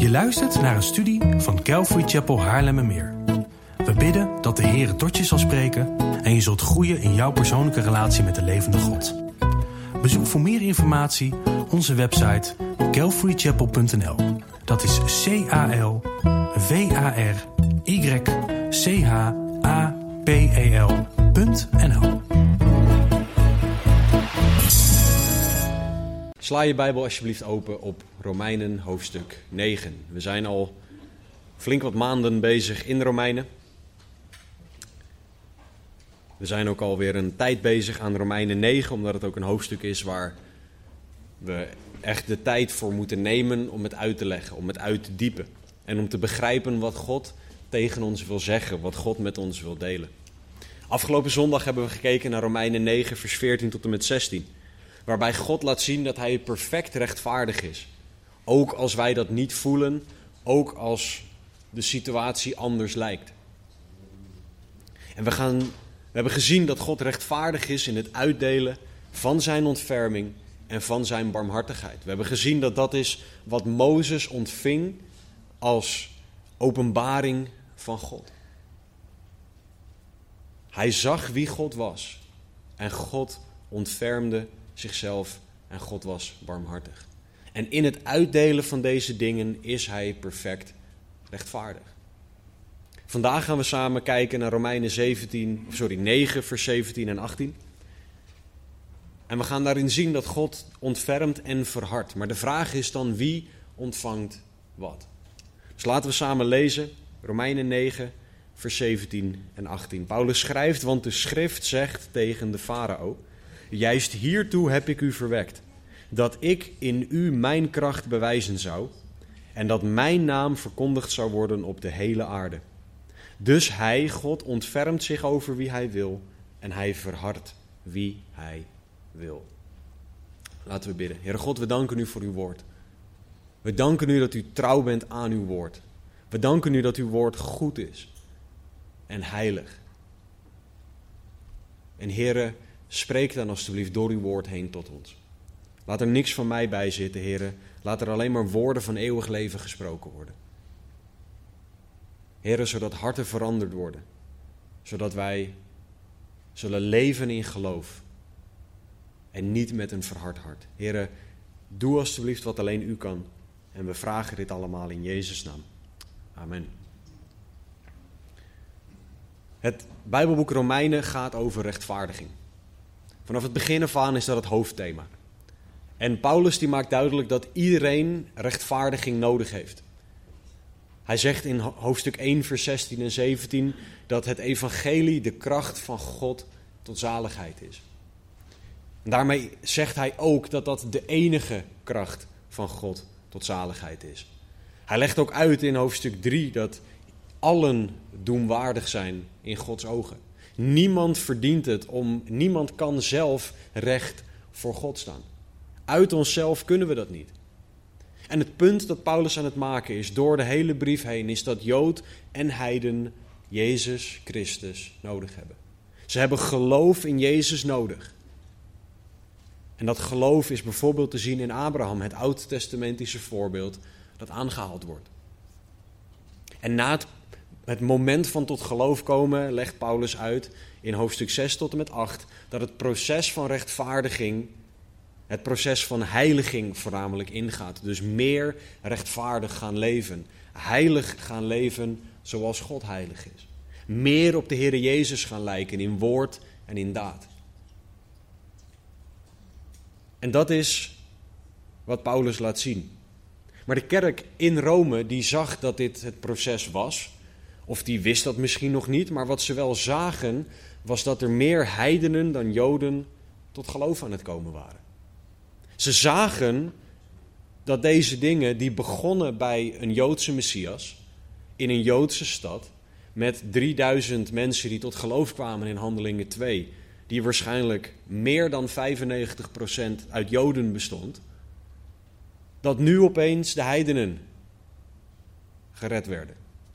Je luistert naar een studie van Calvary Chapel Haarlemmermeer. We bidden dat de Heer tot je zal spreken en je zult groeien in jouw persoonlijke relatie met de levende God. Bezoek voor meer informatie onze website calvarychapel.nl. Dat is CALVARYCHAPEL.nl. Sla je Bijbel alsjeblieft open op Romeinen hoofdstuk 9. We zijn al flink wat maanden bezig in Romeinen. We zijn ook alweer een tijd bezig aan Romeinen 9, omdat het ook een hoofdstuk is waar we echt de tijd voor moeten nemen om het uit te leggen, om het uit te diepen. En om te begrijpen wat God tegen ons wil zeggen, wat God met ons wil delen. Afgelopen zondag hebben we gekeken naar Romeinen 9, vers 14 tot en met 16. Waarbij God laat zien dat hij perfect rechtvaardig is. Ook als wij dat niet voelen, ook als de situatie anders lijkt. En we hebben gezien dat God rechtvaardig is in het uitdelen van zijn ontferming en van zijn barmhartigheid. We hebben gezien dat dat is wat Mozes ontving als openbaring van God. Hij zag wie God was en God ontfermde zichzelf en God was barmhartig. En in het uitdelen van deze dingen is hij perfect rechtvaardig. Vandaag gaan we samen kijken naar Romeinen 9, vers 17 en 18. En we gaan daarin zien dat God ontfermt en verhardt. Maar de vraag is dan, wie ontvangt wat? Dus laten we samen lezen, Romeinen 9, vers 17 en 18. Paulus schrijft, want de schrift zegt tegen de farao: juist hiertoe heb ik u verwekt, dat ik in u mijn kracht bewijzen zou en dat mijn naam verkondigd zou worden op de hele aarde. Dus hij, God, ontfermt zich over wie hij wil en hij verhardt wie hij wil. Laten we bidden. Heere God, we danken u voor uw woord. We danken u dat u trouw bent aan uw woord. We danken u dat uw woord goed is en heilig. En Heere, spreek dan alstublieft door uw woord heen tot ons. Laat er niks van mij bij zitten, Heere. Laat er alleen maar woorden van eeuwig leven gesproken worden. Heere, zodat harten veranderd worden. Zodat wij zullen leven in geloof. En niet met een verhard hart. Heere, doe alstublieft wat alleen u kan. En we vragen dit allemaal in Jezus' naam. Amen. Het Bijbelboek Romeinen gaat over rechtvaardiging. Vanaf het begin af aan is dat het hoofdthema. En Paulus die maakt duidelijk dat iedereen rechtvaardiging nodig heeft. Hij zegt in hoofdstuk 1 vers 16 en 17 dat het evangelie de kracht van God tot zaligheid is. En daarmee zegt hij ook dat dat de enige kracht van God tot zaligheid is. Hij legt ook uit in hoofdstuk 3 dat allen doemwaardig zijn in Gods ogen. Niemand verdient het, niemand kan zelf recht voor God staan. Uit onszelf kunnen we dat niet. En het punt dat Paulus aan het maken is door de hele brief heen is dat Jood en heiden Jezus Christus nodig hebben. Ze hebben geloof in Jezus nodig. En dat geloof is bijvoorbeeld te zien in Abraham, het oud-testamentische voorbeeld dat aangehaald wordt. En na het moment van tot geloof komen legt Paulus uit in hoofdstuk 6 tot en met 8... dat het proces van rechtvaardiging, het proces van heiliging voornamelijk ingaat. Dus meer rechtvaardig gaan leven. Heilig gaan leven zoals God heilig is. Meer op de Heere Jezus gaan lijken in woord en in daad. En dat is wat Paulus laat zien. Maar de kerk in Rome die zag dat dit het proces was. Of die wist dat misschien nog niet. Maar wat ze wel zagen was dat er meer heidenen dan Joden tot geloof aan het komen waren. Ze zagen dat deze dingen die begonnen bij een Joodse Messias in een Joodse stad met 3000 mensen die tot geloof kwamen in Handelingen 2, die waarschijnlijk meer dan 95% uit Joden bestond, dat nu opeens de heidenen gered werden.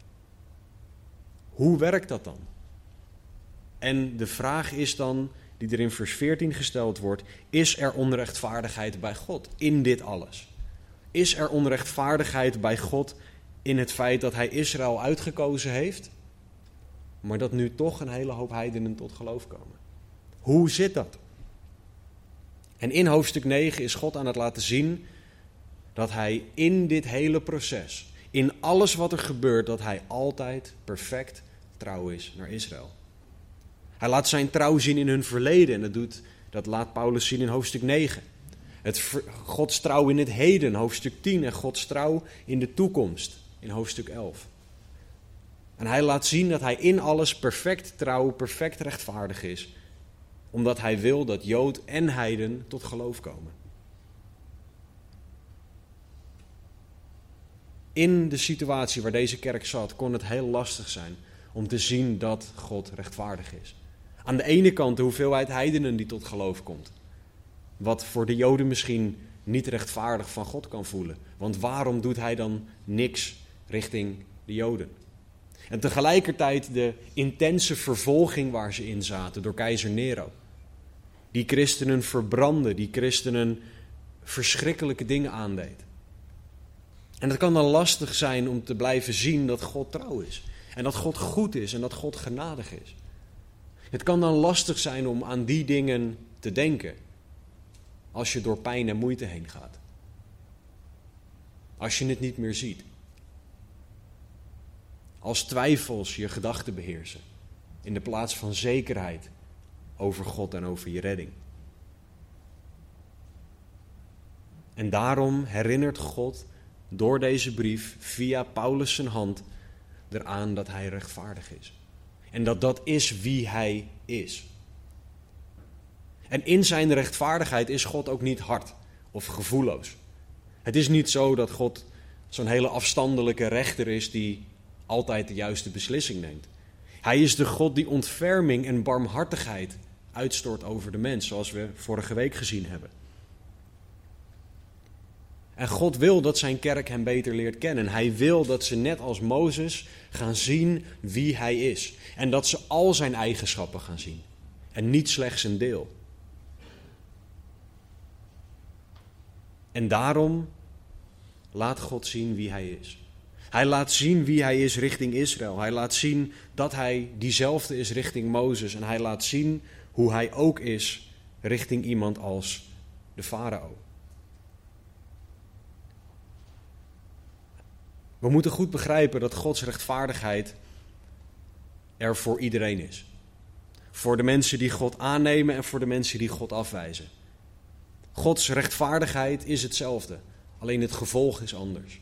Hoe werkt dat dan? En de vraag is dan, die er in vers 14 gesteld wordt, is er onrechtvaardigheid bij God in dit alles? Is er onrechtvaardigheid bij God in het feit dat hij Israël uitgekozen heeft, maar dat nu toch een hele hoop heidenen tot geloof komen? Hoe zit dat? En in hoofdstuk 9 is God aan het laten zien dat hij in dit hele proces, in alles wat er gebeurt, dat hij altijd perfect trouw is naar Israël. Hij laat zijn trouw zien in hun verleden en dat laat Paulus zien in hoofdstuk 9. Gods trouw in het heden, hoofdstuk 10, en Gods trouw in de toekomst, in hoofdstuk 11. En hij laat zien dat hij in alles perfect trouw, perfect rechtvaardig is, omdat hij wil dat Jood en heiden tot geloof komen. In de situatie waar deze kerk zat, kon het heel lastig zijn om te zien dat God rechtvaardig is. Aan de ene kant de hoeveelheid heidenen die tot geloof komt. Wat voor de Joden misschien niet rechtvaardig van God kan voelen. Want waarom doet hij dan niks richting de Joden? En tegelijkertijd de intense vervolging waar ze in zaten door keizer Nero. Die christenen verbrandde, die christenen verschrikkelijke dingen aandeed. En het kan dan lastig zijn om te blijven zien dat God trouw is. En dat God goed is en dat God genadig is. Het kan dan lastig zijn om aan die dingen te denken als je door pijn en moeite heen gaat. Als je het niet meer ziet. Als twijfels je gedachten beheersen in de plaats van zekerheid over God en over je redding. En daarom herinnert God door deze brief via Paulus zijn hand eraan dat hij rechtvaardig is. En dat dat is wie hij is. En in zijn rechtvaardigheid is God ook niet hard of gevoelloos. Het is niet zo dat God zo'n hele afstandelijke rechter is die altijd de juiste beslissing neemt. Hij is de God die ontferming en barmhartigheid uitstort over de mens, zoals we vorige week gezien hebben. En God wil dat zijn kerk hem beter leert kennen. Hij wil dat ze net als Mozes gaan zien wie hij is. En dat ze al zijn eigenschappen gaan zien. En niet slechts een deel. En daarom laat God zien wie hij is. Hij laat zien wie hij is richting Israël. Hij laat zien dat hij diezelfde is richting Mozes. En hij laat zien hoe hij ook is richting iemand als de farao. We moeten goed begrijpen dat Gods rechtvaardigheid er voor iedereen is. Voor de mensen die God aannemen en voor de mensen die God afwijzen. Gods rechtvaardigheid is hetzelfde, alleen het gevolg is anders.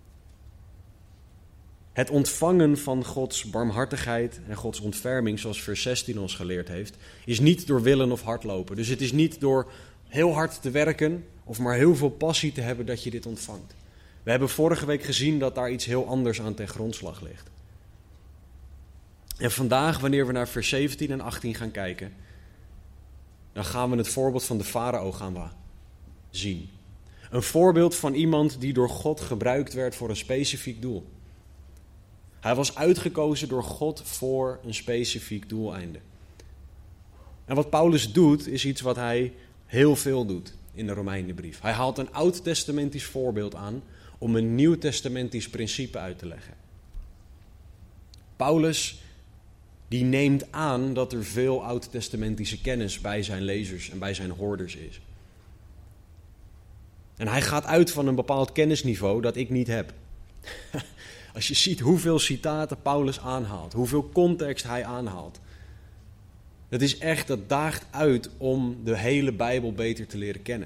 Het ontvangen van Gods barmhartigheid en Gods ontferming, zoals vers 16 ons geleerd heeft, is niet door willen of hardlopen. Dus het is niet door heel hard te werken of maar heel veel passie te hebben dat je dit ontvangt. We hebben vorige week gezien dat daar iets heel anders aan ten grondslag ligt. En vandaag, wanneer we naar vers 17 en 18 gaan kijken, dan gaan we het voorbeeld van de farao zien. Een voorbeeld van iemand die door God gebruikt werd voor een specifiek doel. Hij was uitgekozen door God voor een specifiek doeleinde. En wat Paulus doet, is iets wat hij heel veel doet in de Romeinenbrief. Hij haalt een oud-testamentisch voorbeeld aan om een nieuw-testamentisch principe uit te leggen. Paulus die neemt aan dat er veel oud-testamentische kennis bij zijn lezers en bij zijn hoorders is. En hij gaat uit van een bepaald kennisniveau dat ik niet heb. Als je ziet hoeveel citaten Paulus aanhaalt, hoeveel context hij aanhaalt. Dat daagt uit om de hele Bijbel beter te leren kennen.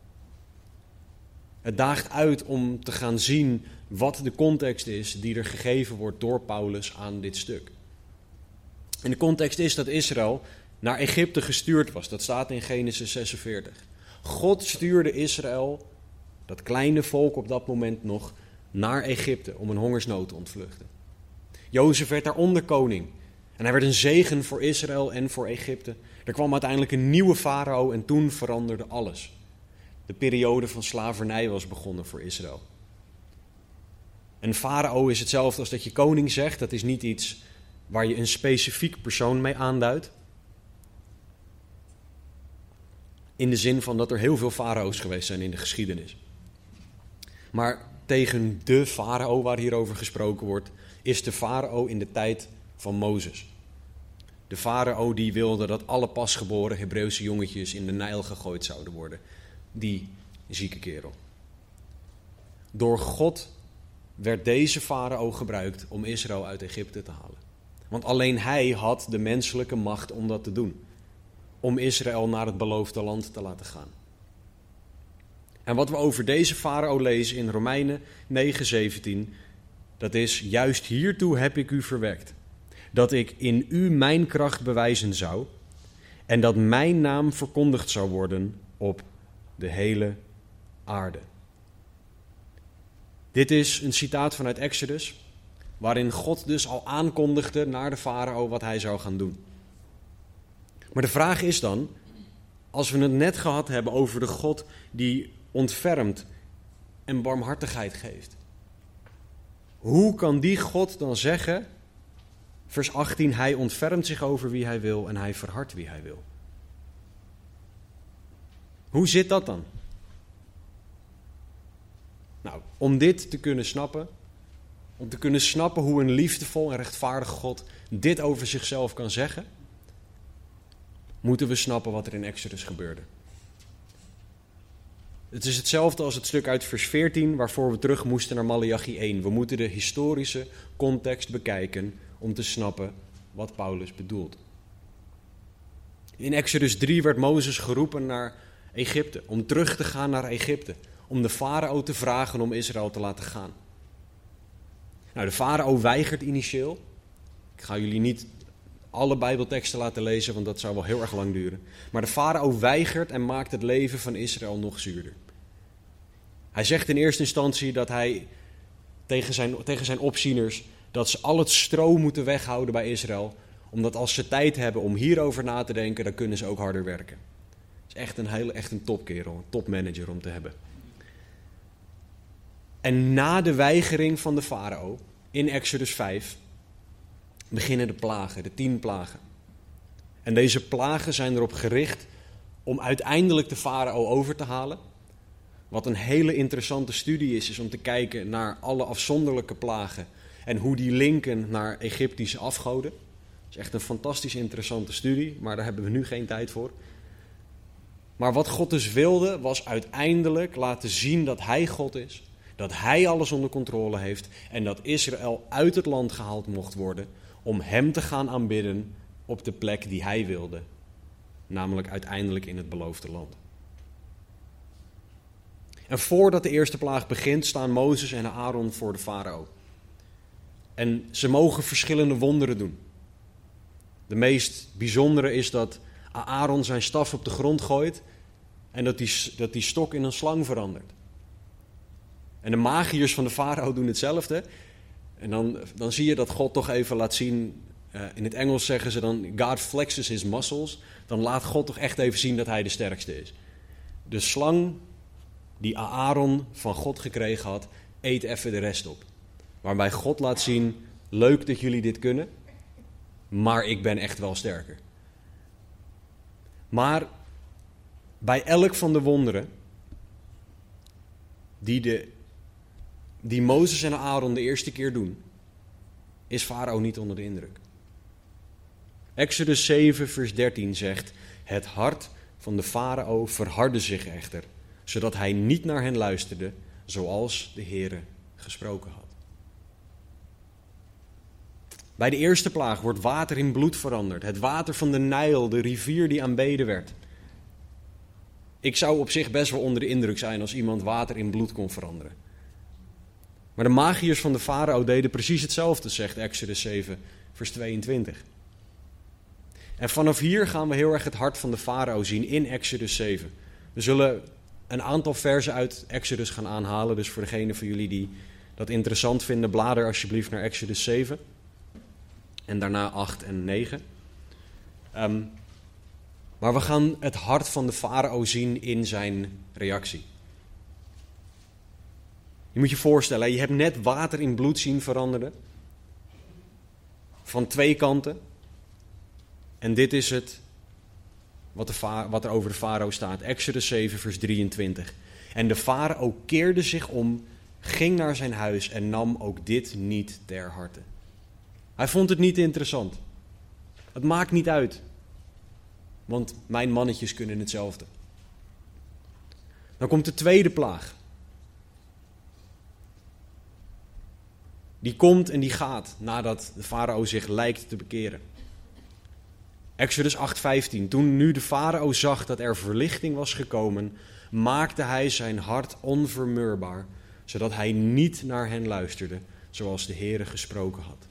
Het daagt uit om te gaan zien wat de context is die er gegeven wordt door Paulus aan dit stuk. En de context is dat Israël naar Egypte gestuurd was. Dat staat in Genesis 46. God stuurde Israël, dat kleine volk op dat moment nog, naar Egypte om een hongersnood te ontvluchten. Jozef werd daar onderkoning. En hij werd een zegen voor Israël en voor Egypte. Er kwam uiteindelijk een nieuwe farao en toen veranderde alles. De periode van slavernij was begonnen voor Israël. Een farao is hetzelfde als dat je koning zegt. Dat is niet iets waar je een specifiek persoon mee aanduidt. In de zin van dat er heel veel farao's geweest zijn in de geschiedenis. Maar tegen de farao waar hierover gesproken wordt, is de farao in de tijd van Mozes. De farao die wilde dat alle pasgeboren Hebreeuwse jongetjes in de Nijl gegooid zouden worden. Die zieke kerel. Door God werd deze farao gebruikt om Israël uit Egypte te halen. Want alleen hij had de menselijke macht om dat te doen. Om Israël naar het beloofde land te laten gaan. En wat we over deze farao lezen in Romeinen 9:17, dat is: juist hiertoe heb ik u verwekt, dat ik in u mijn kracht bewijzen zou en dat mijn naam verkondigd zou worden op de hele aarde. Dit is een citaat vanuit Exodus, waarin God dus al aankondigde naar de farao wat hij zou gaan doen. Maar de vraag is dan, als we het net gehad hebben over de God die ontfermt en barmhartigheid geeft. Hoe kan die God dan zeggen, vers 18, hij ontfermt zich over wie hij wil en hij verhardt wie hij wil? Hoe zit dat dan? Nou, om dit te kunnen snappen, om te kunnen snappen hoe een liefdevol en rechtvaardig God dit over zichzelf kan zeggen, moeten we snappen wat er in Exodus gebeurde. Het is hetzelfde als het stuk uit vers 14 waarvoor we terug moesten naar Maleachi 1. We moeten de historische context bekijken om te snappen wat Paulus bedoelt. In Exodus 3 werd Mozes geroepen naar Egypte, om terug te gaan naar Egypte. Om de farao te vragen om Israël te laten gaan. Nou, de farao weigert initieel. Ik ga jullie niet alle Bijbelteksten laten lezen, want dat zou wel heel erg lang duren. Maar de farao weigert en maakt het leven van Israël nog zuurder. Hij zegt in eerste instantie dat hij tegen zijn opzieners dat ze al het stro moeten weghouden bij Israël, omdat als ze tijd hebben om hierover na te denken, dan kunnen ze ook harder werken. Het is echt een topkerel, een topmanager om te hebben. En na de weigering van de farao, in Exodus 5, beginnen de plagen, de 10 plagen. En deze plagen zijn erop gericht om uiteindelijk de farao over te halen. Wat een hele interessante studie is om te kijken naar alle afzonderlijke plagen en hoe die linken naar Egyptische afgoden. Dat is echt een fantastisch interessante studie, maar daar hebben we nu geen tijd voor. Maar wat God dus wilde, was uiteindelijk laten zien dat hij God is. Dat hij alles onder controle heeft en dat Israël uit het land gehaald mocht worden om hem te gaan aanbidden op de plek die hij wilde. Namelijk uiteindelijk in het beloofde land. En voordat de eerste plaag begint staan Mozes en Aaron voor de farao. En ze mogen verschillende wonderen doen. De meest bijzondere is dat Aaron zijn staf op de grond gooit en dat die stok in een slang verandert. En de magiërs van de farao doen hetzelfde. En dan zie je dat God toch even laat zien. In het Engels zeggen ze dan, God flexes his muscles. Dan laat God toch echt even zien dat hij de sterkste is. De slang die Aaron van God gekregen had, eet even de rest op. Waarbij God laat zien, leuk dat jullie dit kunnen, maar ik ben echt wel sterker. Maar bij elk van de wonderen die Mozes en Aaron de eerste keer doen, is farao niet onder de indruk. Exodus 7 vers 13 zegt, het hart van de farao verhardde zich echter, zodat hij niet naar hen luisterde, zoals de Heere gesproken had. Bij de eerste plaag wordt water in bloed veranderd. Het water van de Nijl, de rivier die aanbeden werd. Ik zou op zich best wel onder de indruk zijn als iemand water in bloed kon veranderen. Maar de magiërs van de farao deden precies hetzelfde, zegt Exodus 7, vers 22. En vanaf hier gaan we heel erg het hart van de farao zien in Exodus 7. We zullen een aantal versen uit Exodus gaan aanhalen. Dus voor degenen van jullie die dat interessant vinden, blader alsjeblieft naar Exodus 7. En daarna 8 en 9. Maar we gaan het hart van de farao zien in zijn reactie. Je moet je voorstellen, je hebt net water in bloed zien veranderen. Van 2 kanten. En dit is het wat er over de farao staat. Exodus 7 vers 23. En de farao keerde zich om ging naar zijn huis en nam ook dit niet ter harte. Hij vond het niet interessant. Het maakt niet uit, want mijn mannetjes kunnen hetzelfde. Dan komt de tweede plaag. Die komt en die gaat nadat de farao zich lijkt te bekeren. Exodus 8:15. Toen nu de farao zag dat er verlichting was gekomen, maakte hij zijn hart onvermurbaar, zodat hij niet naar hen luisterde, zoals de Heere gesproken had.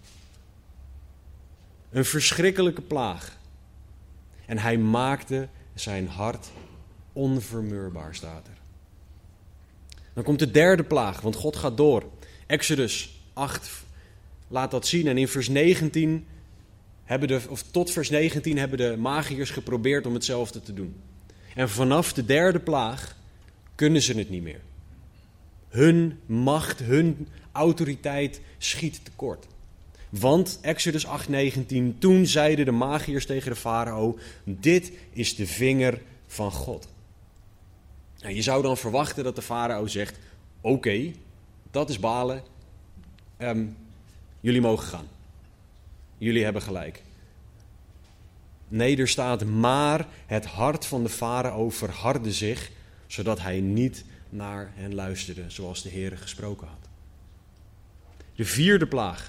Een verschrikkelijke plaag. En hij maakte zijn hart onvermurbaar, staat er. Dan komt de derde plaag, want God gaat door. Exodus 8 laat dat zien. En in vers 19 tot vers 19 hebben de magiërs geprobeerd om hetzelfde te doen. En vanaf de derde plaag kunnen ze het niet meer. Hun macht, hun autoriteit schiet tekort. Want, Exodus 8:19, toen zeiden de magiërs tegen de farao, dit is de vinger van God. Nou, je zou dan verwachten dat de farao zegt, oké, dat is balen, jullie mogen gaan. Jullie hebben gelijk. Nee, er staat, maar het hart van de farao verhardde zich, zodat hij niet naar hen luisterde, zoals de Heere gesproken had. De vierde plaag.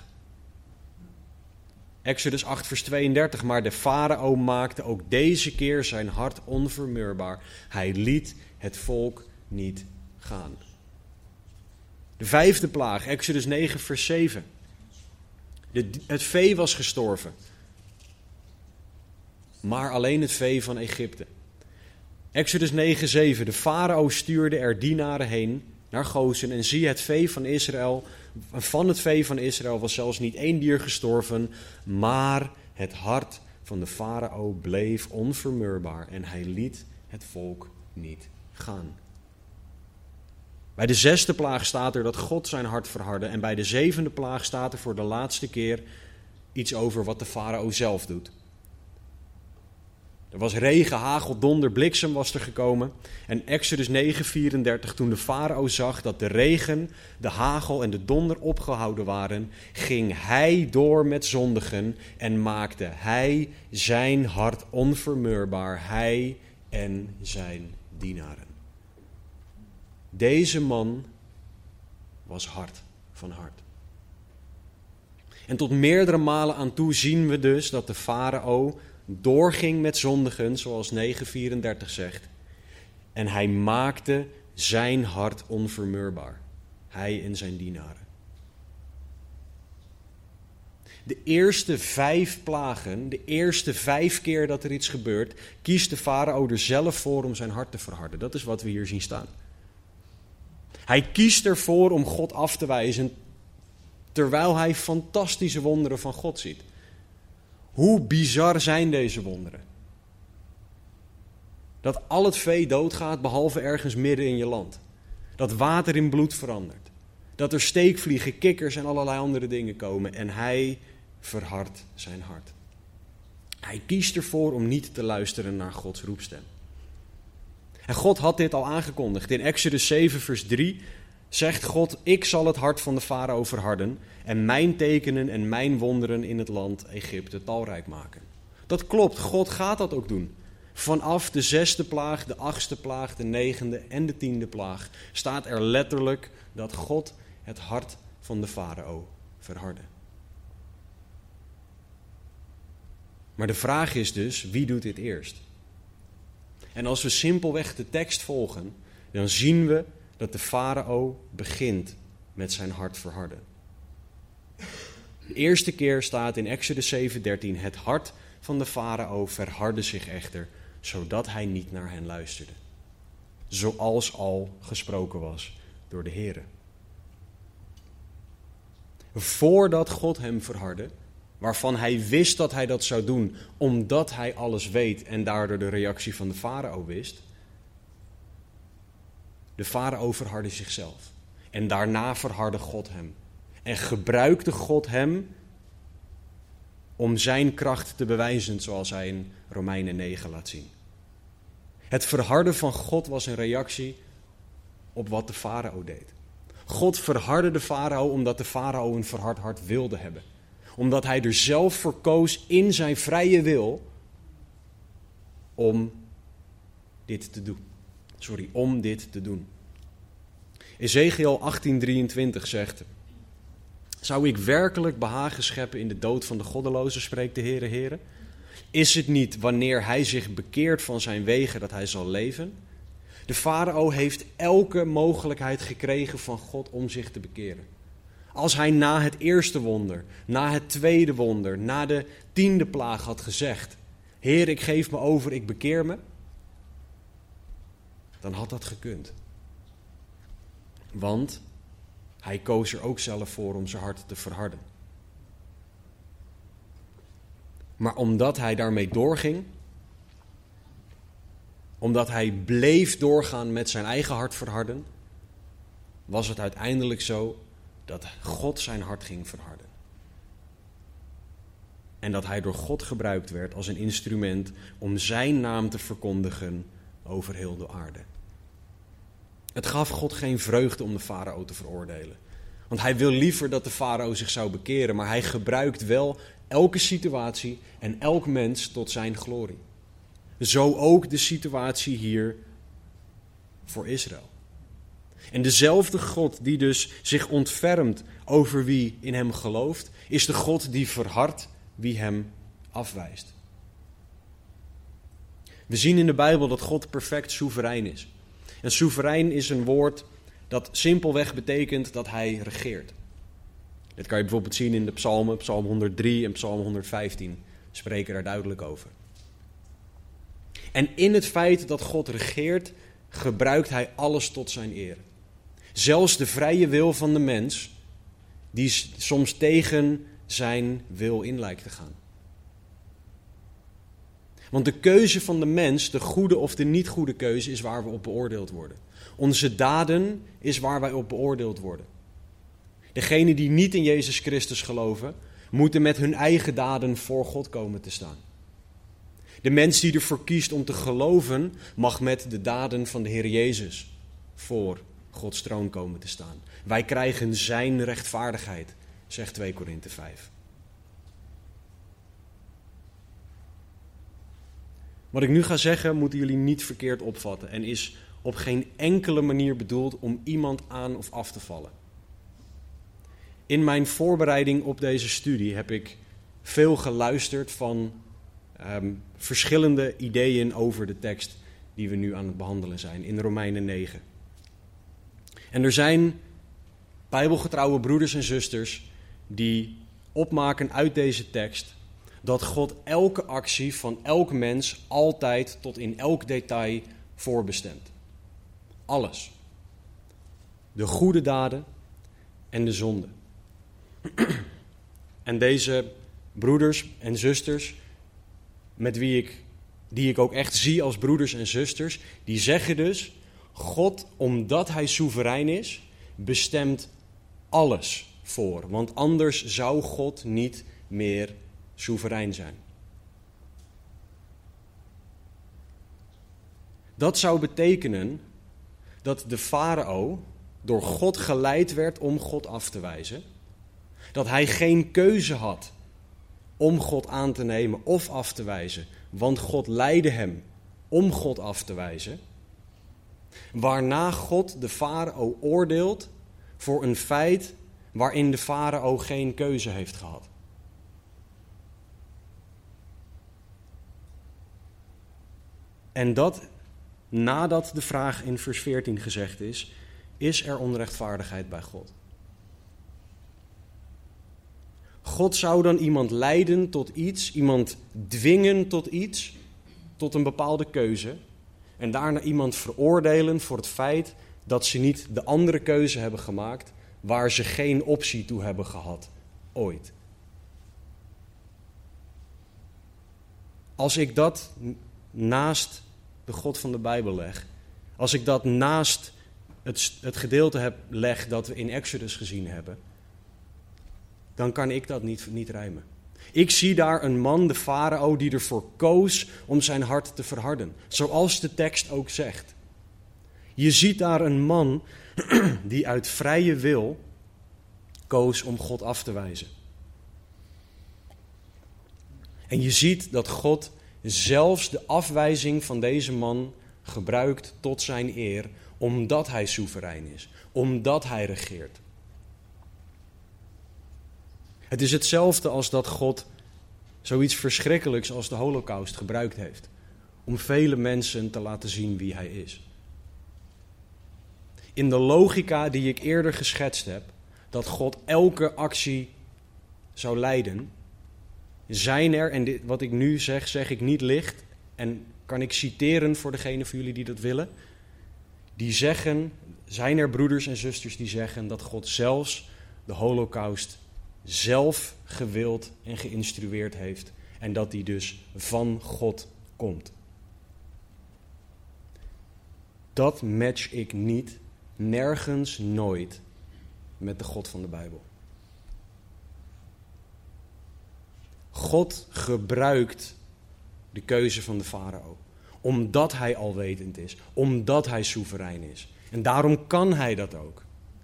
Exodus 8 vers 32, maar de farao maakte ook deze keer zijn hart onvermurbaar. Hij liet het volk niet gaan. De vijfde plaag, Exodus 9 vers 7. Het vee was gestorven, maar alleen het vee van Egypte. Exodus 9:7. De farao stuurde er dienaren heen naar Gozen en zie het vee van Israël. Van het vee van Israël was zelfs niet één dier gestorven, maar het hart van de farao bleef onvermurbaar en hij liet het volk niet gaan. Bij de zesde plaag staat er dat God zijn hart verhardde en bij de zevende plaag staat er voor de laatste keer iets over wat de farao zelf doet. Er was regen, hagel, donder, bliksem was er gekomen. En Exodus 9:34, toen de farao zag dat de regen, de hagel en de donder opgehouden waren, ging hij door met zondigen en maakte hij zijn hart onvermurbaar, hij en zijn dienaren. Deze man was hard van hart. En tot meerdere malen aan toe zien we dus dat de farao doorging met zondigen, zoals 9:34 zegt. En hij maakte zijn hart onvermurbaar. Hij en zijn dienaren. De eerste 5 plagen, de eerste 5 keer dat er iets gebeurt, kiest de farao er zelf voor om zijn hart te verharden. Dat is wat we hier zien staan. Hij kiest ervoor om God af te wijzen, terwijl hij fantastische wonderen van God ziet. Hoe bizar zijn deze wonderen? Dat al het vee doodgaat behalve ergens midden in je land. Dat water in bloed verandert. Dat er steekvliegen, kikkers en allerlei andere dingen komen. En hij verhardt zijn hart. Hij kiest ervoor om niet te luisteren naar Gods roepstem. En God had dit al aangekondigd. In Exodus 7 vers 3 zegt God, ik zal het hart van de farao verharden en mijn tekenen en mijn wonderen in het land Egypte talrijk maken. Dat klopt, God gaat dat ook doen. Vanaf de 6e plaag, de 8e plaag, de 9e en de 10e plaag staat er letterlijk dat God het hart van de farao verhardde. Maar de vraag is dus, wie doet dit eerst? En als we simpelweg de tekst volgen, dan zien we dat de farao begint met zijn hart verharden. De eerste keer staat in Exodus 7:13, het hart van de farao verhardde zich echter, zodat hij niet naar hen luisterde. Zoals al gesproken was door de Heere. Voordat God hem verhardde, waarvan hij wist dat hij dat zou doen, omdat hij alles weet en daardoor de reactie van de farao wist. De farao verhardde zichzelf. En daarna verhardde God hem. En gebruikte God hem om zijn kracht te bewijzen, zoals hij in Romeinen 9 laat zien. Het verharden van God was een reactie op wat de farao deed. God verhardde de farao omdat de farao een verhard hart wilde hebben. Omdat hij er zelf voor koos in zijn vrije wil om dit te doen. Ezekiel 18:23 zegt: zou ik werkelijk behagen scheppen in de dood van de goddeloze, spreekt de Heere. Is het niet wanneer hij zich bekeert van zijn wegen dat hij zal leven? De farao heeft elke mogelijkheid gekregen van God om zich te bekeren. Als hij na het eerste wonder, na het tweede wonder, na de 10e plaag had gezegd: Heer, ik geef me over, ik bekeer me, dan had dat gekund. Want hij koos er ook zelf voor om zijn hart te verharden. Maar omdat hij daarmee doorging, omdat hij bleef doorgaan met zijn eigen hart verharden, was het uiteindelijk zo dat God zijn hart ging verharden. En dat hij door God gebruikt werd als een instrument om zijn naam te verkondigen over heel de aarde. Het gaf God geen vreugde om de farao te veroordelen. Want hij wil liever dat de farao zich zou bekeren, maar hij gebruikt wel elke situatie en elk mens tot zijn glorie. Zo ook de situatie hier voor Israël. En dezelfde God die dus zich ontfermt over wie in hem gelooft, is de God die verhardt wie hem afwijst. We zien in de Bijbel dat God perfect soeverein is. En soeverein is een woord dat simpelweg betekent dat hij regeert. Dit kan je bijvoorbeeld zien in de psalmen, psalm 103 en psalm 115 spreken daar duidelijk over. En in het feit dat God regeert, gebruikt hij alles tot zijn eer. Zelfs de vrije wil van de mens, die soms tegen zijn wil in lijkt te gaan. Want de keuze van de mens, de goede of de niet goede keuze, is waar we op beoordeeld worden. Onze daden is waar wij op beoordeeld worden. Degenen die niet in Jezus Christus geloven, moeten met hun eigen daden voor God komen te staan. De mens die ervoor kiest om te geloven, mag met de daden van de Heer Jezus voor Gods troon komen te staan. Wij krijgen zijn rechtvaardigheid, zegt 2 Korinthe 5. Wat ik nu ga zeggen, moeten jullie niet verkeerd opvatten en is op geen enkele manier bedoeld om iemand aan of af te vallen. In mijn voorbereiding op deze studie heb ik veel geluisterd van verschillende ideeën over de tekst die we nu aan het behandelen zijn in Romeinen 9. En er zijn bijbelgetrouwe broeders en zusters die opmaken uit deze tekst dat God elke actie van elk mens altijd tot in elk detail voorbestemt. Alles. De goede daden en de zonde. En deze broeders en zusters, die ik ook echt zie als broeders en zusters, die zeggen dus: God, omdat hij soeverein is, bestemt alles voor. Want anders zou God niet meer soeverein zijn. Dat zou betekenen dat de farao door God geleid werd om God af te wijzen. Dat hij geen keuze had om God aan te nemen of af te wijzen. Want God leidde hem om God af te wijzen. Waarna God de farao oordeelt voor een feit waarin de farao geen keuze heeft gehad. En dat nadat de vraag in vers 14 gezegd is er onrechtvaardigheid bij God? God zou dan iemand leiden tot iets, iemand dwingen tot iets, tot een bepaalde keuze, en daarna iemand veroordelen voor het feit dat ze niet de andere keuze hebben gemaakt waar ze geen optie toe hebben gehad, ooit. Als ik dat naast de God van de Bijbel leg, als ik dat naast het gedeelte leg dat we in Exodus gezien hebben, dan kan ik dat niet rijmen. Ik zie daar een man, de farao, die ervoor koos om zijn hart te verharden. Zoals de tekst ook zegt. Je ziet daar een man die uit vrije wil koos om God af te wijzen. En je ziet dat God zelfs de afwijzing van deze man gebruikt tot zijn eer, omdat hij soeverein is, omdat hij regeert. Het is hetzelfde als dat God zoiets verschrikkelijks als de Holocaust gebruikt heeft, om vele mensen te laten zien wie hij is. In de logica die ik eerder geschetst heb, dat God elke actie zou leiden, zijn er, en wat ik nu zeg ik niet licht, en kan ik citeren voor degene van jullie die dat willen, die zeggen, zijn er broeders en zusters die zeggen dat God zelfs de Holocaust zelf gewild en geïnstrueerd heeft en dat die dus van God komt. Dat match ik niet, nergens, nooit met de God van de Bijbel. God gebruikt de keuze van de farao, omdat hij alwetend is, omdat hij soeverein is. En daarom kan hij dat ook.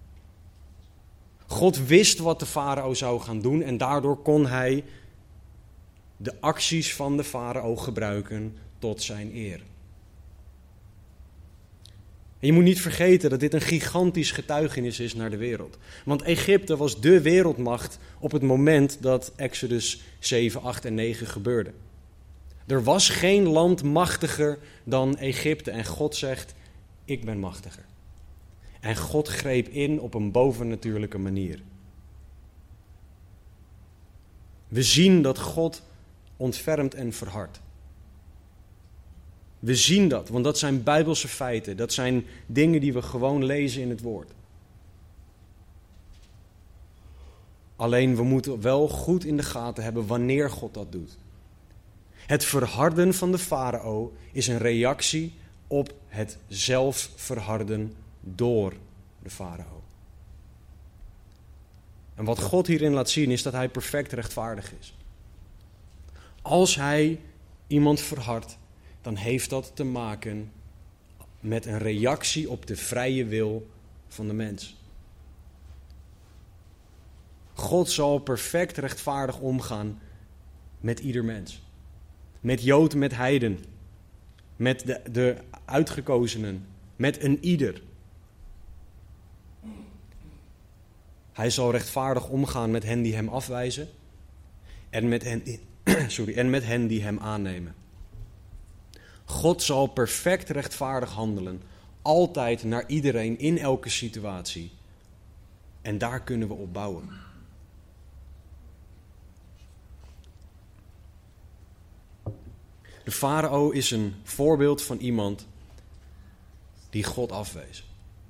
God wist wat de farao zou gaan doen en daardoor kon hij de acties van de farao gebruiken tot zijn eer. En je moet niet vergeten dat dit een gigantisch getuigenis is naar de wereld. Want Egypte was de wereldmacht op het moment dat Exodus 7, 8 en 9 gebeurde. Er was geen land machtiger dan Egypte en God zegt, ik ben machtiger. En God greep in op een bovennatuurlijke manier. We zien dat God ontfermt en verhardt. We zien dat, want dat zijn Bijbelse feiten. Dat zijn dingen die we gewoon lezen in het woord. Alleen we moeten wel goed in de gaten hebben wanneer God dat doet. Het verharden van de farao is een reactie op het zelf verharden door de farao. En wat God hierin laat zien is dat hij perfect rechtvaardig is. Als hij iemand verhardt, dan heeft dat te maken met een reactie op de vrije wil van de mens. God zal perfect rechtvaardig omgaan met ieder mens. Met Jood, met heiden. Met de uitgekozenen. Met een ieder. Hij zal rechtvaardig omgaan met hen die hem afwijzen. En met hen die hem aannemen. God zal perfect rechtvaardig handelen. Altijd naar iedereen in elke situatie. En daar kunnen we op bouwen. De farao is een voorbeeld van iemand die God afwees.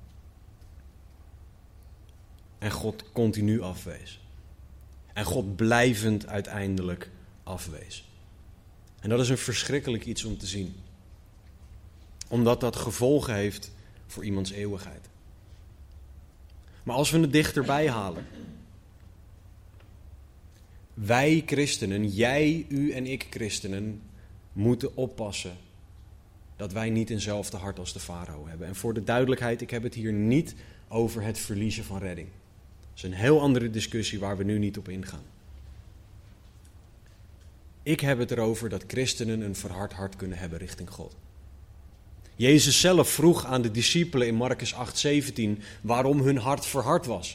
En God continu afwees. En God blijvend uiteindelijk afwees. En dat is een verschrikkelijk iets om te zien. Omdat dat gevolgen heeft voor iemands eeuwigheid. Maar als we het dichterbij halen. Wij christenen, jij, u en ik christenen, moeten oppassen dat wij niet eenzelfde hart als de farao hebben. En voor de duidelijkheid, ik heb het hier niet over het verliezen van redding. Dat is een heel andere discussie waar we nu niet op ingaan. Ik heb het erover dat christenen een verhard hart kunnen hebben richting God. Jezus zelf vroeg aan de discipelen in Marcus 8:17 waarom hun hart verhard was.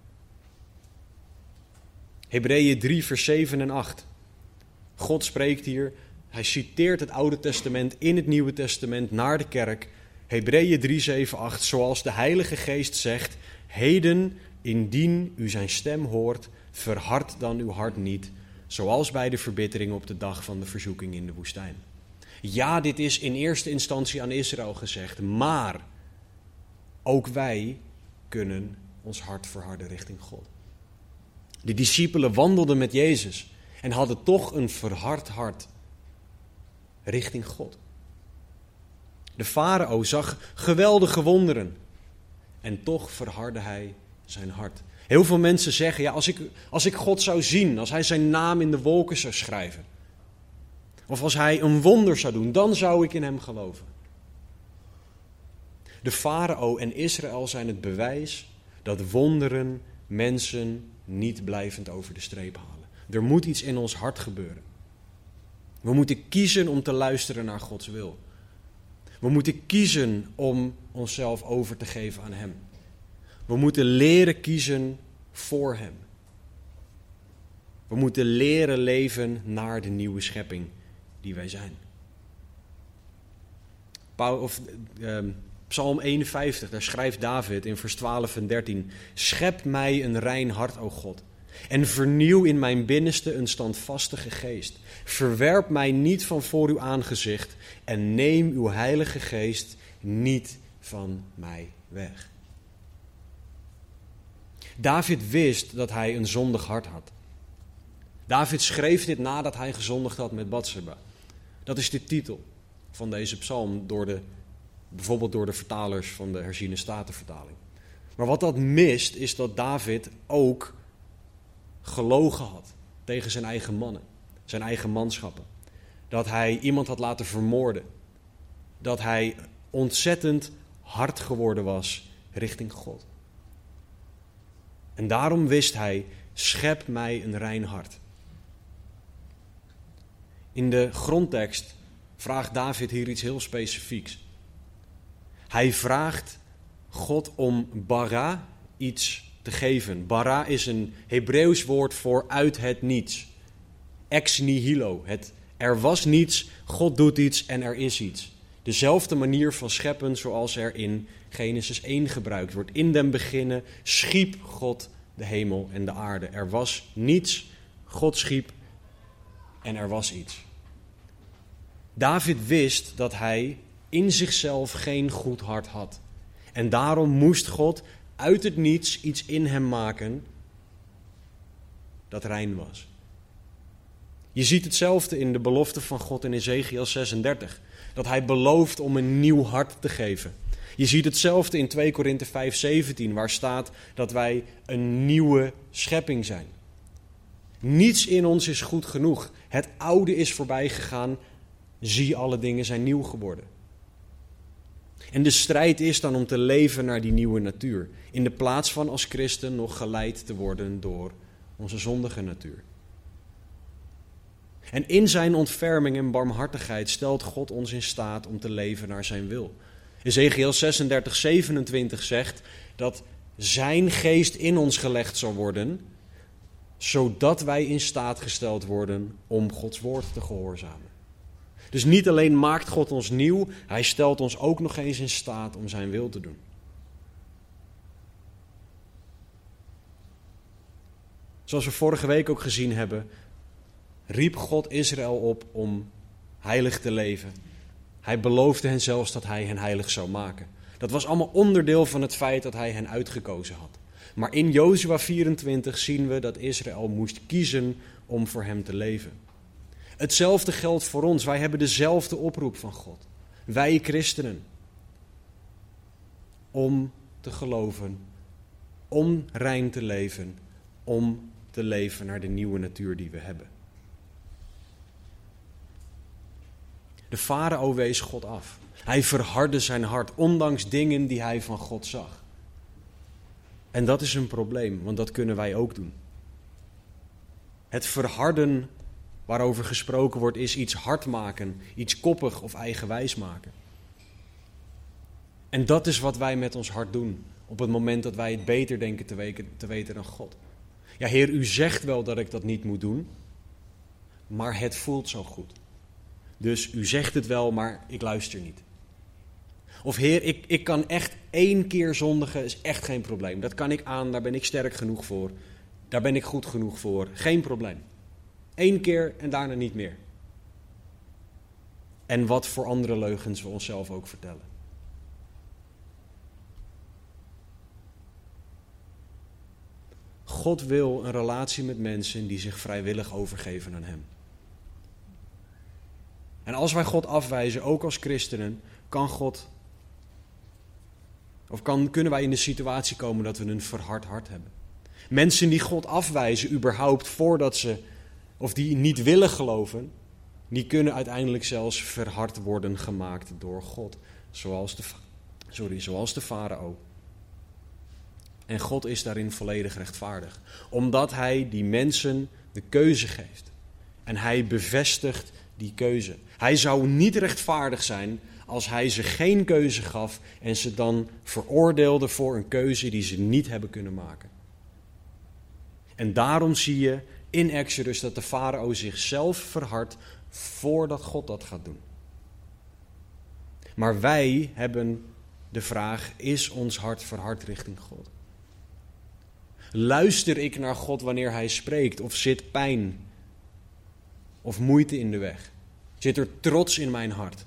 Hebreeën 3 vers 7 en 8. God spreekt hier, hij citeert het Oude Testament in het Nieuwe Testament naar de kerk. Hebreeën 3, 7, 8, zoals de Heilige Geest zegt, heden indien u zijn stem hoort, verhard dan uw hart niet, zoals bij de verbittering op de dag van de verzoeking in de woestijn. Ja, dit is in eerste instantie aan Israël gezegd, maar ook wij kunnen ons hart verharden richting God. De discipelen wandelden met Jezus en hadden toch een verhard hart richting God. De farao zag geweldige wonderen en toch verhardde hij zijn hart. Heel veel mensen zeggen, ja, als ik God zou zien, als hij zijn naam in de wolken zou schrijven, of als hij een wonder zou doen, dan zou ik in hem geloven. De farao en Israël zijn het bewijs dat wonderen mensen niet blijvend over de streep halen. Er moet iets in ons hart gebeuren. We moeten kiezen om te luisteren naar Gods wil. We moeten kiezen om onszelf over te geven aan Hem. We moeten leren kiezen voor Hem. We moeten leren leven naar de nieuwe schepping die wij zijn. Psalm 51, daar schrijft David in vers 12 en 13. Schep mij een rein hart, o God, en vernieuw in mijn binnenste een standvastige geest. Verwerp mij niet van voor uw aangezicht en neem uw heilige geest niet van mij weg. David wist dat hij een zondig hart had. David schreef dit nadat hij gezondigd had met Batseba. Dat is de titel van deze psalm, bijvoorbeeld door de vertalers van de herziene statenvertaling. Maar wat dat mist, is dat David ook gelogen had tegen zijn eigen mannen, zijn eigen manschappen. Dat hij iemand had laten vermoorden. Dat hij ontzettend hard geworden was richting God. En daarom wist hij, schep mij een rein hart. In de grondtekst vraagt David hier iets heel specifieks. Hij vraagt God om bara, iets te geven. Bara is een Hebreeuws woord voor uit het niets. Ex nihilo. Er was niets, God doet iets en er is iets. Dezelfde manier van scheppen zoals er in Genesis 1 gebruikt wordt. In den beginnen schiep God de hemel en de aarde. Er was niets, God schiep en er was iets. David wist dat hij in zichzelf geen goed hart had. En daarom moest God uit het niets iets in hem maken dat rein was. Je ziet hetzelfde in de belofte van God in Ezechiël 36. Dat hij belooft om een nieuw hart te geven. Je ziet hetzelfde in 2 Korinthe 5:17, waar staat dat wij een nieuwe schepping zijn. Niets in ons is goed genoeg. Het oude is voorbij gegaan. Zie, alle dingen zijn nieuw geworden. En de strijd is dan om te leven naar die nieuwe natuur. In de plaats van als christen nog geleid te worden door onze zondige natuur. En in zijn ontferming en barmhartigheid stelt God ons in staat om te leven naar zijn wil. Ezechiël 36:27 zegt dat zijn geest in ons gelegd zal worden, zodat wij in staat gesteld worden om Gods woord te gehoorzamen. Dus niet alleen maakt God ons nieuw, hij stelt ons ook nog eens in staat om zijn wil te doen. Zoals we vorige week ook gezien hebben, riep God Israël op om heilig te leven. Hij beloofde hen zelfs dat hij hen heilig zou maken. Dat was allemaal onderdeel van het feit dat hij hen uitgekozen had. Maar in Jozua 24 zien we dat Israël moest kiezen om voor hem te leven. Hetzelfde geldt voor ons. Wij hebben dezelfde oproep van God. Wij christenen. Om te geloven. Om rein te leven. Om te leven naar de nieuwe natuur die we hebben. De farao wees God af. Hij verhardde zijn hart, ondanks dingen die hij van God zag. En dat is een probleem, want dat kunnen wij ook doen. Het verharden waarover gesproken wordt is iets hard maken, iets koppig of eigenwijs maken. En dat is wat wij met ons hart doen op het moment dat wij het beter denken te weten dan God. Ja, Heer, u zegt wel dat ik dat niet moet doen, maar het voelt zo goed. Dus u zegt het wel, maar ik luister niet. Of Heer, ik kan echt 1 keer zondigen, is echt geen probleem. Dat kan ik aan, daar ben ik sterk genoeg voor. Daar ben ik goed genoeg voor, geen probleem. 1 keer en daarna niet meer. En wat voor andere leugens we onszelf ook vertellen. God wil een relatie met mensen die zich vrijwillig overgeven aan hem. En als wij God afwijzen, ook als christenen, kunnen wij in de situatie komen dat we een verhard hart hebben. Mensen die God afwijzen, überhaupt voordat ze, of die niet willen geloven, die kunnen uiteindelijk zelfs verhard worden gemaakt door God. Zoals de zoals de farao. En God is daarin volledig rechtvaardig. Omdat hij die mensen de keuze geeft. En hij bevestigt die keuze. Hij zou niet rechtvaardig zijn als hij ze geen keuze gaf en ze dan veroordeelde voor een keuze die ze niet hebben kunnen maken. En daarom zie je in Exodus dat de farao zichzelf verhardt voordat God dat gaat doen. Maar wij hebben de vraag, is ons hart verhard richting God? Luister ik naar God wanneer hij spreekt? Of zit pijn of moeite in de weg? Zit er trots in mijn hart?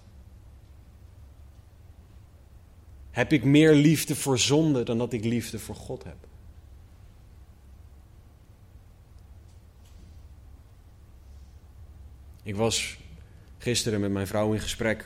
Heb ik meer liefde voor zonde dan dat ik liefde voor God heb? Ik was gisteren met mijn vrouw in gesprek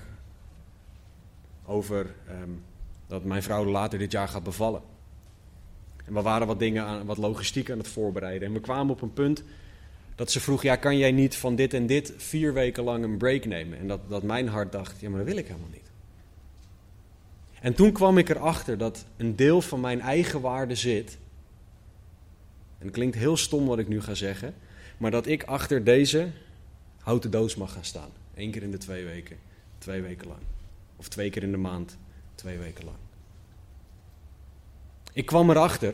over dat mijn vrouw later dit jaar gaat bevallen. En we waren wat dingen wat logistiek aan het voorbereiden. En we kwamen op een punt dat ze vroeg, ja, kan jij niet van dit en dit 4 weken lang een break nemen? En dat mijn hart dacht, ja, maar dat wil ik helemaal niet. En toen kwam ik erachter dat een deel van mijn eigen waarde zit. En het klinkt heel stom wat ik nu ga zeggen, maar dat ik achter deze houten doos mag gaan staan. 1 keer in de 2 weken, 2 weken lang. Of 2 keer in de maand, 2 weken lang. Ik kwam erachter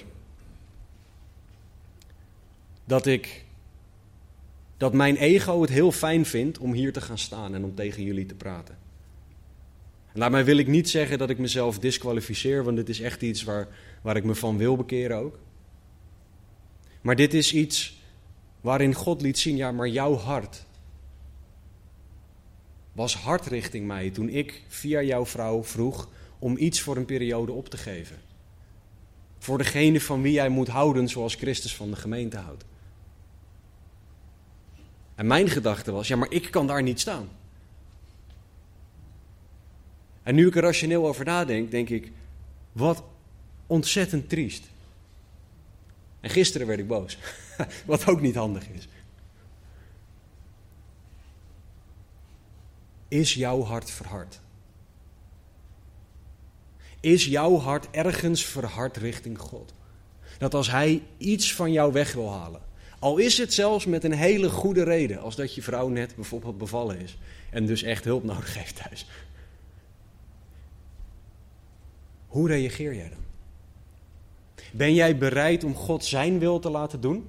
dat mijn ego het heel fijn vindt om hier te gaan staan en om tegen jullie te praten. En daarmee wil ik niet zeggen dat ik mezelf disqualificeer, want dit is echt iets waar ik me van wil bekeren ook. Maar dit is iets waarin God liet zien, ja, maar jouw hart was hard richting mij toen ik via jouw vrouw vroeg om iets voor een periode op te geven. Voor degene van wie jij moet houden zoals Christus van de gemeente houdt. En mijn gedachte was, ja, maar ik kan daar niet staan. En nu ik er rationeel over nadenk, denk ik, wat ontzettend triest. En gisteren werd ik boos, wat ook niet handig is. Is jouw hart verhard? Is jouw hart ergens verhard richting God? Dat als hij iets van jou weg wil halen, al is het zelfs met een hele goede reden, als dat je vrouw net bijvoorbeeld bevallen is en dus echt hulp nodig heeft thuis. Hoe reageer jij dan? Ben jij bereid om God zijn wil te laten doen?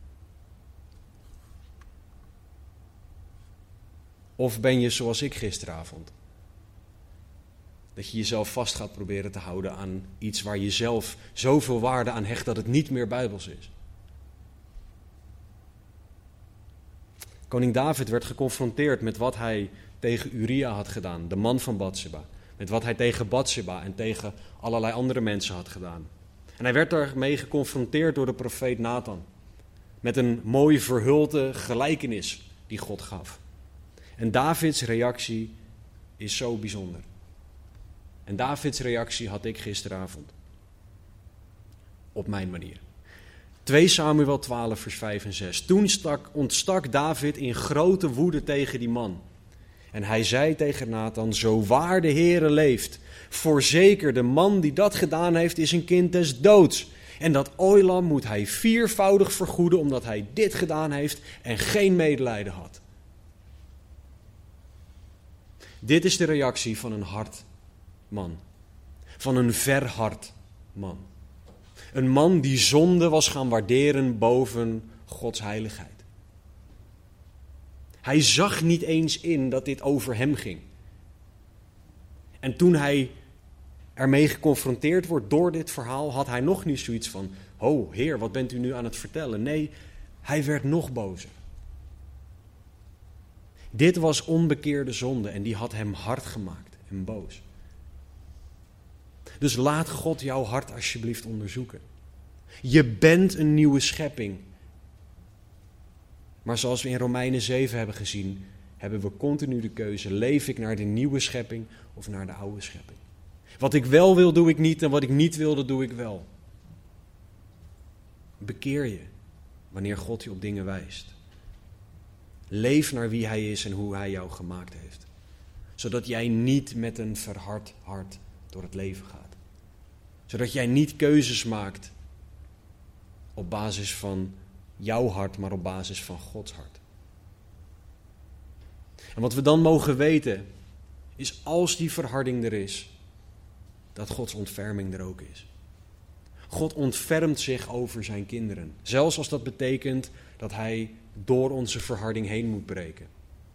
Of ben je zoals ik gisteravond? Dat je jezelf vast gaat proberen te houden aan iets waar je zelf zoveel waarde aan hecht dat het niet meer bijbels is. Koning David werd geconfronteerd met wat hij tegen Uria had gedaan, de man van Batsheba. Met wat hij tegen Batsheba en tegen allerlei andere mensen had gedaan. En hij werd daarmee geconfronteerd door de profeet Nathan. Met een mooie verhulde gelijkenis die God gaf. En Davids reactie is zo bijzonder. En Davids reactie had ik gisteravond. Op mijn manier. 2 Samuel 12 vers 5 en 6. Toen ontstak David in grote woede tegen die man. En hij zei tegen Nathan, zo waar de Heere leeft, voorzeker de man die dat gedaan heeft is een kind des doods. En dat ooilam moet hij 4voudig vergoeden omdat hij dit gedaan heeft en geen medelijden had. Dit is de reactie van een hard man. Van een verhard man. Een man die zonde was gaan waarderen boven Gods heiligheid. Hij zag niet eens in dat dit over hem ging. En toen hij ermee geconfronteerd wordt door dit verhaal, had hij nog niet zoiets van, oh Heer, wat bent u nu aan het vertellen? Nee, hij werd nog bozer. Dit was onbekeerde zonde en die had hem hard gemaakt en boos. Dus laat God jouw hart alsjeblieft onderzoeken. Je bent een nieuwe schepping. Maar zoals we in Romeinen 7 hebben gezien, hebben we continu de keuze, leef ik naar de nieuwe schepping of naar de oude schepping? Wat ik wel wil, doe ik niet en wat ik niet wil, dat doe ik wel. Bekeer je wanneer God je op dingen wijst. Leef naar wie hij is en hoe hij jou gemaakt heeft. Zodat jij niet met een verhard hart door het leven gaat. Zodat jij niet keuzes maakt op basis van jouw hart, maar op basis van Gods hart. En wat we dan mogen weten, is als die verharding er is, dat Gods ontferming er ook is. God ontfermt zich over zijn kinderen. Zelfs als dat betekent dat hij door onze verharding heen moet breken.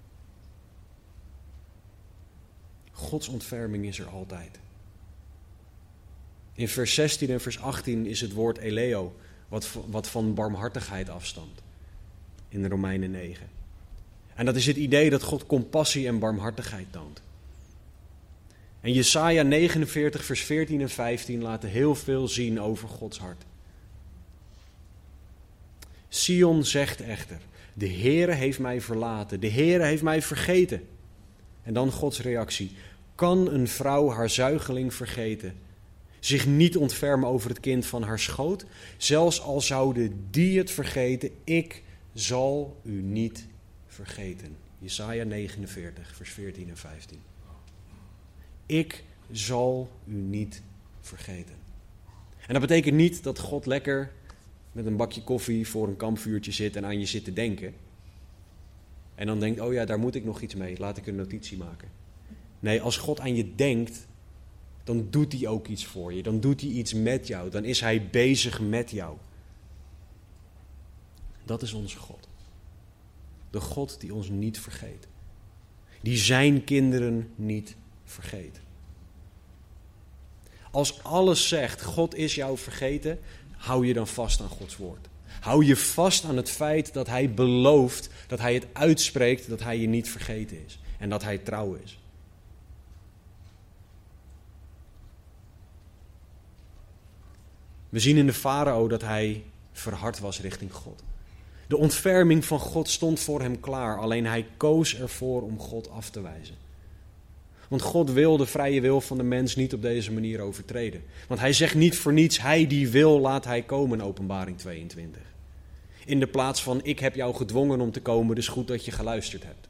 Gods ontferming is er altijd. In vers 16 en vers 18 is het woord eleo, wat van barmhartigheid afstamt. In Romeinen 9. En dat is het idee dat God compassie en barmhartigheid toont. En Jesaja 49 vers 14 en 15 laten heel veel zien over Gods hart. Sion zegt echter, de Heere heeft mij verlaten, de Heere heeft mij vergeten. En dan Gods reactie, kan een vrouw haar zuigeling vergeten, zich niet ontfermen over het kind van haar schoot? Zelfs al zouden die het vergeten, ik zal u niet vergeten. Jesaja 49 vers 14 en 15. Ik zal u niet vergeten. En dat betekent niet dat God lekker met een bakje koffie voor een kampvuurtje zit en aan je zit te denken. En dan denkt, oh ja, daar moet ik nog iets mee, laat ik een notitie maken. Nee, als God aan je denkt, dan doet hij ook iets voor je. Dan doet hij iets met jou. Dan is hij bezig met jou. Dat is onze God. De God die ons niet vergeet. Die zijn kinderen niet vergeet. Als alles zegt, God is jou vergeten, hou je dan vast aan Gods woord. Hou je vast aan het feit dat hij belooft, dat hij het uitspreekt, dat hij je niet vergeten is. En dat hij trouw is. We zien in de farao dat hij verhard was richting God. De ontferming van God stond voor hem klaar, alleen hij koos ervoor om God af te wijzen. Want God wil de vrije wil van de mens niet op deze manier overtreden. Want hij zegt niet voor niets, hij die wil, laat hij komen, Openbaring 22. In de plaats van, ik heb jou gedwongen om te komen, dus goed dat je geluisterd hebt.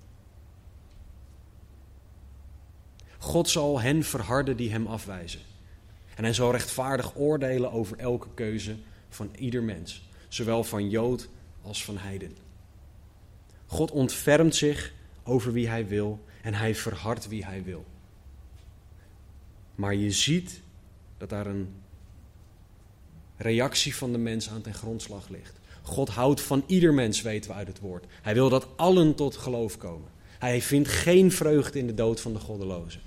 God zal hen verharden die hem afwijzen. En hij zal rechtvaardig oordelen over elke keuze van ieder mens. Zowel van Jood als van heiden. God ontfermt zich over wie hij wil en hij verhardt wie hij wil. Maar je ziet dat daar een reactie van de mens aan ten grondslag ligt. God houdt van ieder mens, weten we uit het woord. Hij wil dat allen tot geloof komen. Hij vindt geen vreugde in de dood van de goddelozen.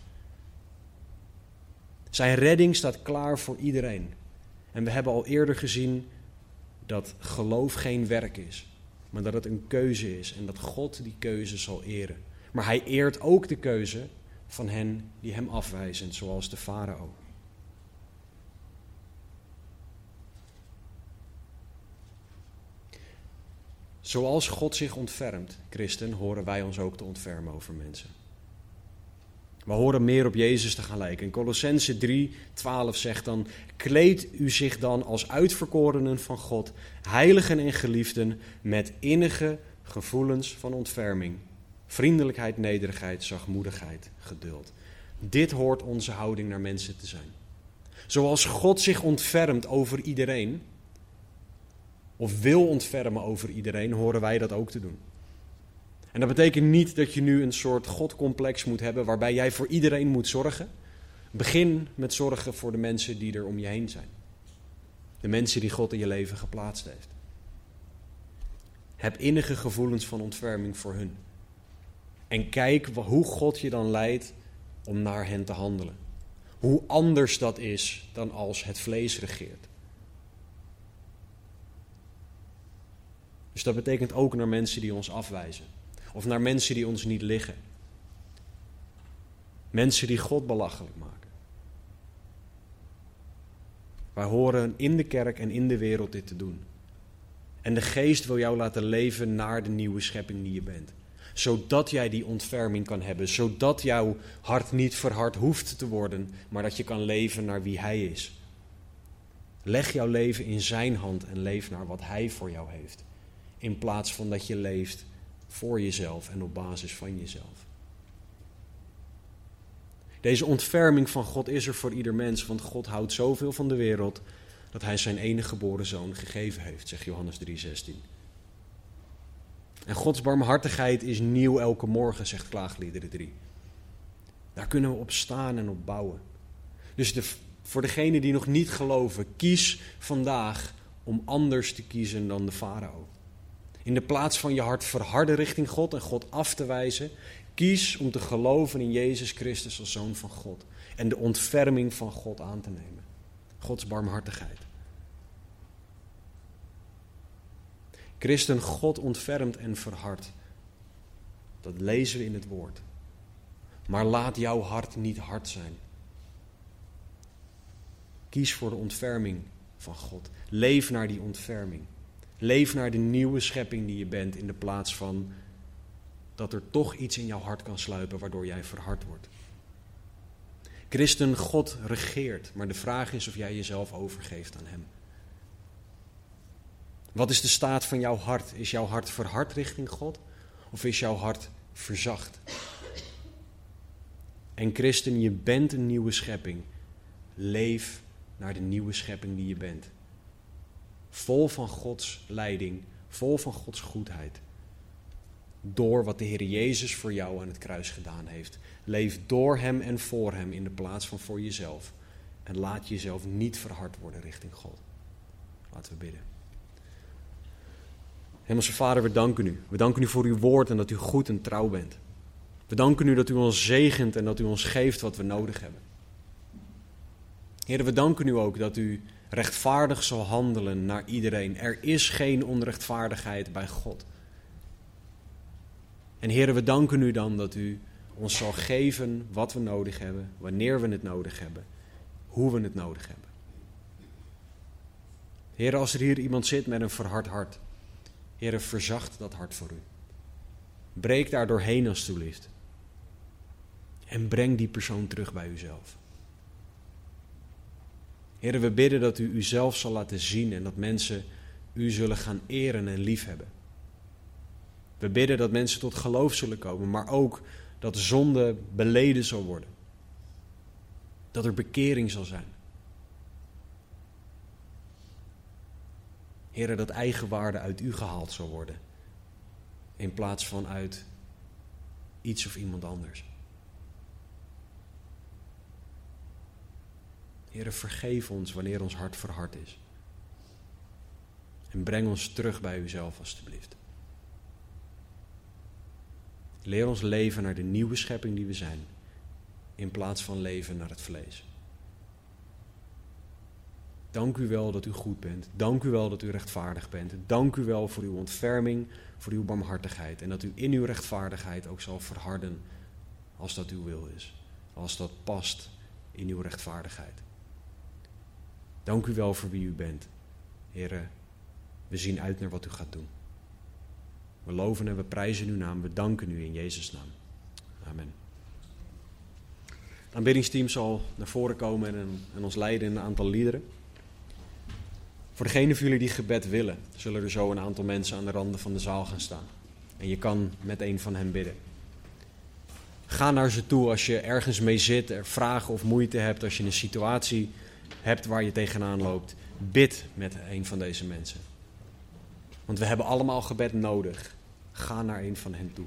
Zijn redding staat klaar voor iedereen. En we hebben al eerder gezien dat geloof geen werk is, maar dat het een keuze is en dat God die keuze zal eren. Maar hij eert ook de keuze van hen die hem afwijzen, zoals de farao. Zoals God zich ontfermt, christen, horen wij ons ook te ontfermen over mensen. We horen meer op Jezus te gaan lijken. In Kolossenzen 3:12 zegt dan, kleed u zich dan als uitverkorenen van God, heiligen en geliefden, met innige gevoelens van ontferming, vriendelijkheid, nederigheid, zachtmoedigheid, geduld. Dit hoort onze houding naar mensen te zijn. Zoals God zich ontfermt over iedereen, of wil ontfermen over iedereen, horen wij dat ook te doen. En dat betekent niet dat je nu een soort godcomplex moet hebben waarbij jij voor iedereen moet zorgen. Begin met zorgen voor de mensen die er om je heen zijn. De mensen die God in je leven geplaatst heeft. Heb innige gevoelens van ontferming voor hun. En kijk hoe God je dan leidt om naar hen te handelen. Hoe anders dat is dan als het vlees regeert. Dus dat betekent ook naar mensen die ons afwijzen. Of naar mensen die ons niet liggen. Mensen die God belachelijk maken. Wij horen in de kerk en in de wereld dit te doen. En de Geest wil jou laten leven naar de nieuwe schepping die je bent. Zodat jij die ontferming kan hebben. Zodat jouw hart niet verhard hoeft te worden, maar dat je kan leven naar wie Hij is. Leg jouw leven in zijn hand en leef naar wat Hij voor jou heeft. In plaats van dat je leeft voor jezelf en op basis van jezelf. Deze ontferming van God is er voor ieder mens, want God houdt zoveel van de wereld dat hij zijn enige geboren zoon gegeven heeft, zegt Johannes 3,16. En Gods barmhartigheid is nieuw elke morgen, zegt Klaagliederen 3. Daar kunnen we op staan en op bouwen. Dus voor degenen die nog niet geloven, kies vandaag om anders te kiezen dan de farao. In de plaats van je hart verharden richting God en God af te wijzen, kies om te geloven in Jezus Christus als Zoon van God. En de ontferming van God aan te nemen. Gods barmhartigheid. Christen, God ontfermt en verhardt. Dat lezen we in het woord. Maar laat jouw hart niet hard zijn. Kies voor de ontferming van God. Leef naar die ontferming. Leef naar de nieuwe schepping die je bent, in de plaats van dat er toch iets in jouw hart kan sluipen waardoor jij verhard wordt. Christen, God regeert, maar de vraag is of jij jezelf overgeeft aan Hem. Wat is de staat van jouw hart? Is jouw hart verhard richting God of is jouw hart verzacht? En Christen, je bent een nieuwe schepping. Leef naar de nieuwe schepping die je bent. Vol van Gods leiding, vol van Gods goedheid. Door wat de Heer Jezus voor jou aan het kruis gedaan heeft. Leef door Hem en voor Hem in de plaats van voor jezelf. En laat jezelf niet verhard worden richting God. Laten we bidden. Hemelse Vader, we danken U. We danken U voor Uw woord en dat U goed en trouw bent. We danken U dat U ons zegent en dat U ons geeft wat we nodig hebben. Heer, we danken U ook dat U rechtvaardig zal handelen naar iedereen. Er is geen onrechtvaardigheid bij God. En Heer, we danken U dan dat U ons zal geven wat we nodig hebben, wanneer we het nodig hebben, hoe we het nodig hebben. Heer, als er hier iemand zit met een verhard hart, Heer, verzacht dat hart voor U. Breek daar doorheen alstublieft. En breng die persoon terug bij Uzelf. Heer, we bidden dat U Uzelf zal laten zien en dat mensen U zullen gaan eren en liefhebben. We bidden dat mensen tot geloof zullen komen, maar ook dat zonde beleden zal worden. Dat er bekering zal zijn. Heer, dat eigenwaarde uit U gehaald zal worden. In plaats van uit iets of iemand anders. Heer, vergeef ons wanneer ons hart verhard is. En breng ons terug bij Uzelf alstublieft. Leer ons leven naar de nieuwe schepping die we zijn, in plaats van leven naar het vlees. Dank U wel dat U goed bent. Dank U wel dat U rechtvaardig bent. Dank U wel voor Uw ontferming, voor Uw barmhartigheid. En dat U in Uw rechtvaardigheid ook zal verharden als dat Uw wil is. Als dat past in Uw rechtvaardigheid. Dank U wel voor wie U bent. Heere, we zien uit naar wat U gaat doen. We loven en we prijzen Uw naam. We danken U in Jezus' naam. Amen. Het aanbiddingsteam zal naar voren komen en ons leiden in een aantal liederen. Voor degenen van jullie die gebed willen, zullen er zo een aantal mensen aan de randen van de zaal gaan staan. En je kan met een van hen bidden. Ga naar ze toe als je ergens mee zit, er vragen of moeite hebt, als je een situatie hebt waar je tegenaan loopt. Bid met een van deze mensen. Want we hebben allemaal gebed nodig. Ga naar een van hen toe.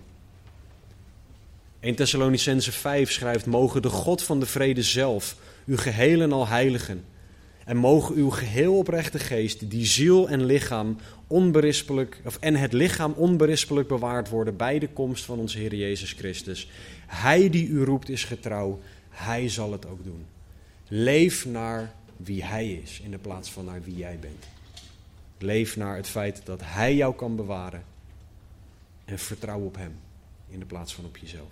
1 Thessalonicenzen 5 schrijft: mogen de God van de vrede zelf, uw geheel en al heiligen, en mogen uw geheel oprechte geest, die ziel en lichaam het lichaam onberispelijk bewaard worden bij de komst van onze Heer Jezus Christus. Hij die u roept is getrouw, Hij zal het ook doen. Leef naar wie Hij is in de plaats van naar wie jij bent. Leef naar het feit dat Hij jou kan bewaren en vertrouw op Hem in de plaats van op jezelf.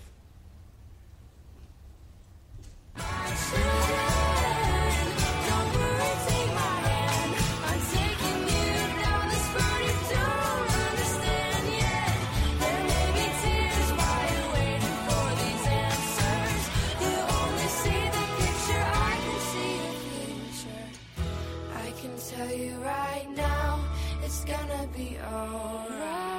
Tell you right now, it's gonna be alright.